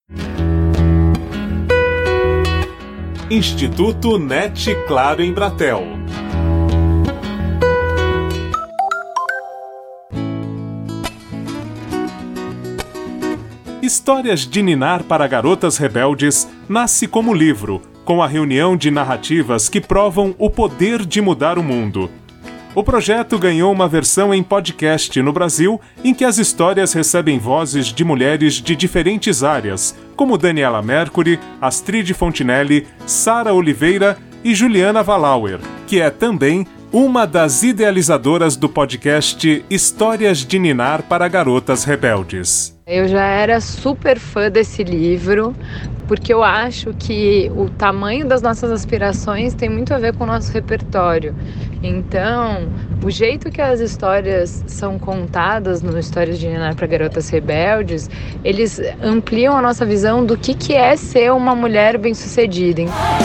Instituto NET Claro Embratel. Histórias de Ninar para Garotas Rebeldes nasce como livro, com a reunião de narrativas que provam o poder de mudar o mundo. O projeto ganhou uma versão em podcast no Brasil, em que as histórias recebem vozes de mulheres de diferentes áreas, como Daniela Mercury, Astrid Fontinelli, Sara Oliveira e Juliana Valauer, que é também uma das idealizadoras do podcast Histórias de Ninar para Garotas Rebeldes. Eu já era super fã desse livro, porque eu acho que o tamanho das nossas aspirações tem muito a ver com o nosso repertório. Então, o jeito que as histórias são contadas no Histórias de Ninar para Garotas Rebeldes, eles ampliam a nossa visão do que é ser uma mulher bem-sucedida.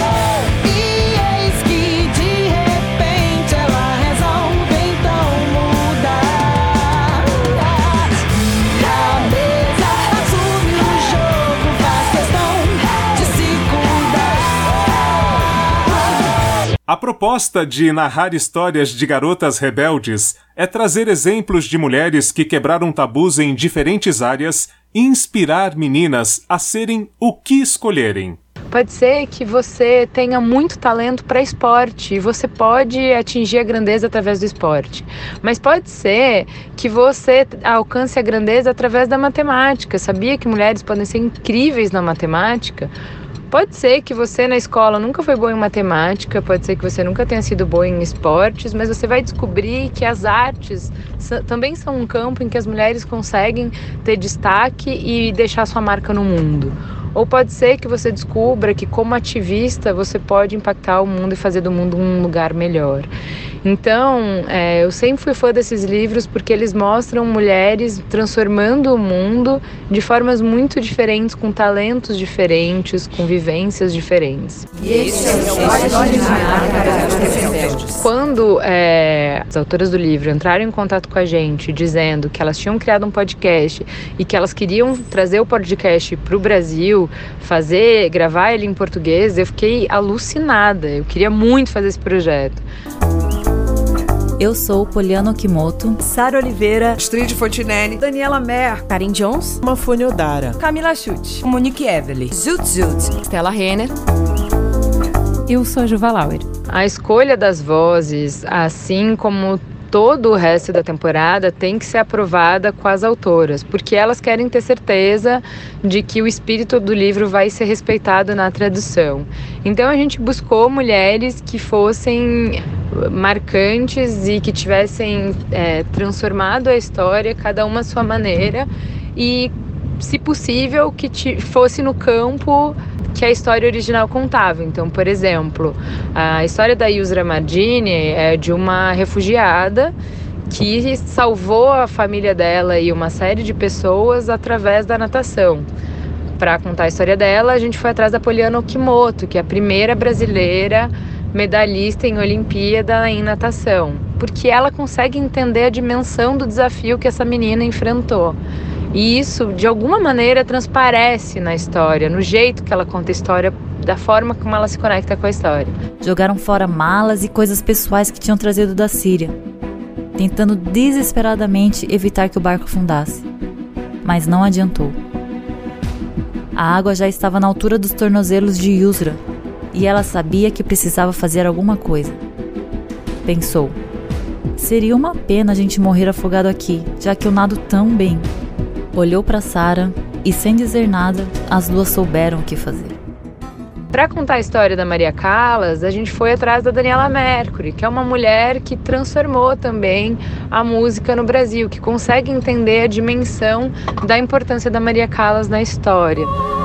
A proposta de narrar histórias de garotas rebeldes é trazer exemplos de mulheres que quebraram tabus em diferentes áreas e inspirar meninas a serem o que escolherem. Pode ser que você tenha muito talento para esporte e você pode atingir a grandeza através do esporte. Mas pode ser que você alcance a grandeza através da matemática. Sabia que mulheres podem ser incríveis na matemática? Pode ser que você na escola nunca foi bom em matemática, pode ser que você nunca tenha sido bom em esportes, mas você vai descobrir que as artes também são um campo em que as mulheres conseguem ter destaque e deixar sua marca no mundo. Ou pode ser que você descubra que, como ativista, você pode impactar o mundo e fazer do mundo um lugar melhor. Então, eu sempre fui fã desses livros porque eles mostram mulheres transformando o mundo de formas muito diferentes, com talentos diferentes, com vivências diferentes. Quando as autoras do livro entraram em contato com a gente, dizendo que elas tinham criado um podcast e que elas queriam trazer o podcast para o Brasil, gravar ele em português, eu fiquei alucinada. Eu queria muito fazer esse projeto. Eu sou Poliana Okimoto, Sara Oliveira, Astrid Fontinelli, Daniela Mer, Karen Jones, Mafune Odara, Camila Chute, Monique Evelyn, Zut, Stella Renner. Eu sou a Juva Lauer. A escolha das vozes, assim como todo o resto da temporada, tem que ser aprovada com as autoras, porque elas querem ter certeza de que o espírito do livro vai ser respeitado na tradução. Então a gente buscou mulheres que fossem marcantes e que tivessem transformado a história, cada uma à sua maneira, e, se possível, que fosse no campo que a história original contava. Então, por exemplo, a história da Yusra Mardini é de uma refugiada que salvou a família dela e uma série de pessoas através da natação. Para contar a história dela, a gente foi atrás da Poliana Okimoto, que é a primeira brasileira medalhista em Olimpíada em natação, porque ela consegue entender a dimensão do desafio que essa menina enfrentou. E isso, de alguma maneira, transparece na história, no jeito que ela conta a história, da forma como ela se conecta com a história. Jogaram fora malas e coisas pessoais que tinham trazido da Síria, tentando desesperadamente evitar que o barco afundasse. Mas não adiantou. A água já estava na altura dos tornozelos de Yusra, e ela sabia que precisava fazer alguma coisa. Pensou: seria uma pena a gente morrer afogado aqui, já que eu nado tão bem. Olhou para Sara e, sem dizer nada, as duas souberam o que fazer. Para contar a história da Maria Callas, a gente foi atrás da Daniela Mercury, que é uma mulher que transformou também a música no Brasil, que consegue entender a dimensão da importância da Maria Callas na história.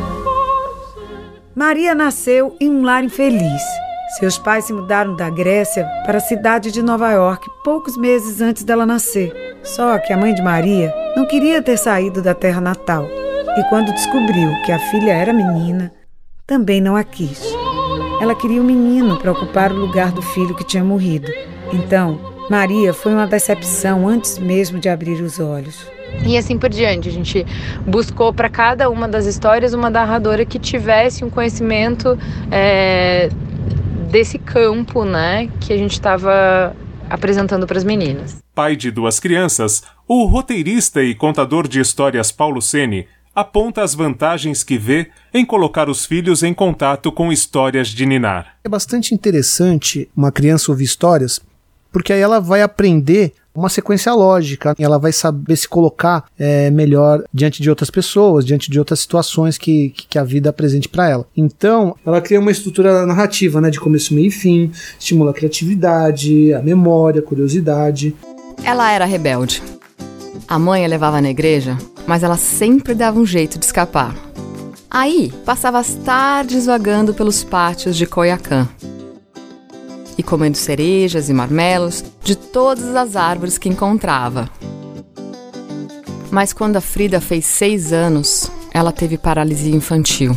Maria nasceu em um lar infeliz. Seus pais se mudaram da Grécia para a cidade de Nova York poucos meses antes dela nascer. Só que a mãe de Maria não queria ter saído da terra natal. E quando descobriu que a filha era menina, também não a quis. Ela queria um menino para ocupar o lugar do filho que tinha morrido. Então, Maria foi uma decepção antes mesmo de abrir os olhos. E assim por diante, a gente buscou para cada uma das histórias uma narradora que tivesse um conhecimento desse campo, né, que a gente estava apresentando para as meninas. Pai de 2 crianças, o roteirista e contador de histórias Paulo Ceni aponta as vantagens que vê em colocar os filhos em contato com histórias de ninar. É bastante interessante uma criança ouvir histórias, porque aí ela vai aprender uma sequência lógica, ela vai saber se colocar melhor diante de outras pessoas, diante de outras situações que a vida apresente para ela. Então, ela cria uma estrutura narrativa, né, de começo, meio e fim, estimula a criatividade, a memória, a curiosidade. Ela era rebelde. A mãe a levava na igreja, mas ela sempre dava um jeito de escapar. Aí, passava as tardes vagando pelos pátios de Coiacã e comendo cerejas e marmelos de todas as árvores que encontrava. Mas quando a Frida fez 6 anos, ela teve paralisia infantil.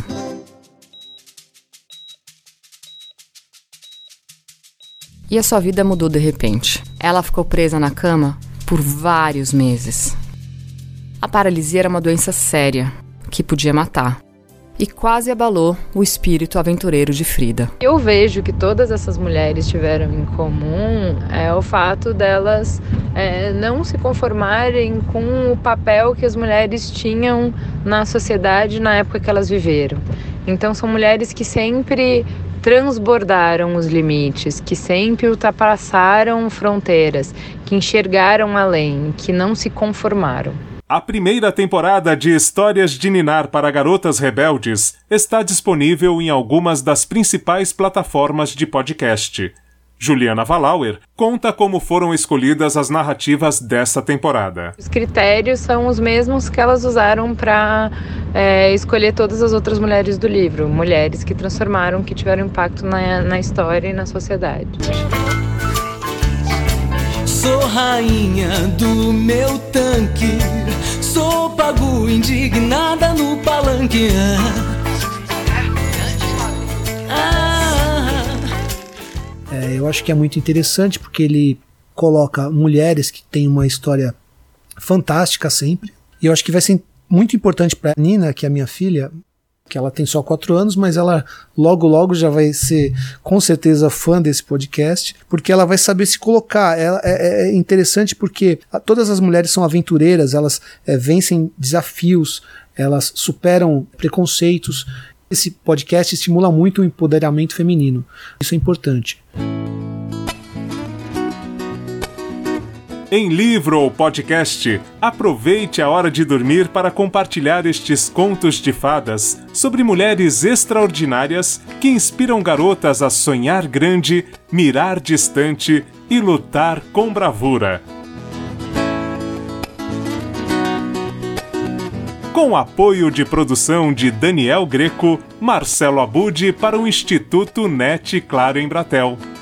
E a sua vida mudou de repente. Ela ficou presa na cama por vários meses. A paralisia era uma doença séria, que podia matar. E quase abalou o espírito aventureiro de Frida. Eu vejo que todas essas mulheres tiveram em comum o fato delas não se conformarem com o papel que as mulheres tinham na sociedade na época que elas viveram. Então são mulheres que sempre transbordaram os limites, que sempre ultrapassaram fronteiras, que enxergaram além, que não se conformaram. A primeira temporada de Histórias de Ninar para Garotas Rebeldes está disponível em algumas das principais plataformas de podcast. Juliana Wallauer conta como foram escolhidas as narrativas dessa temporada. Os critérios são os mesmos que elas usaram para escolher todas as outras mulheres do livro. Mulheres que transformaram, que tiveram impacto na história e na sociedade. Sou rainha do meu tanque, sou pagu indignada no palanque. Eu acho que é muito interessante porque ele coloca mulheres que têm uma história fantástica sempre. E eu acho que vai ser muito importante para a Nina, que é a minha filha, que ela tem só 4 anos, mas ela logo já vai ser com certeza fã desse podcast, porque ela vai saber se colocar. É interessante porque todas as mulheres são aventureiras, elas vencem desafios, elas superam preconceitos. Esse podcast estimula muito o empoderamento feminino. Isso é importante. Em livro ou podcast, aproveite a hora de dormir para compartilhar estes contos de fadas sobre mulheres extraordinárias que inspiram garotas a sonhar grande, mirar distante e lutar com bravura. Com apoio de produção de Daniel Greco, Marcelo Abud para o Instituto NET Claro Embratel.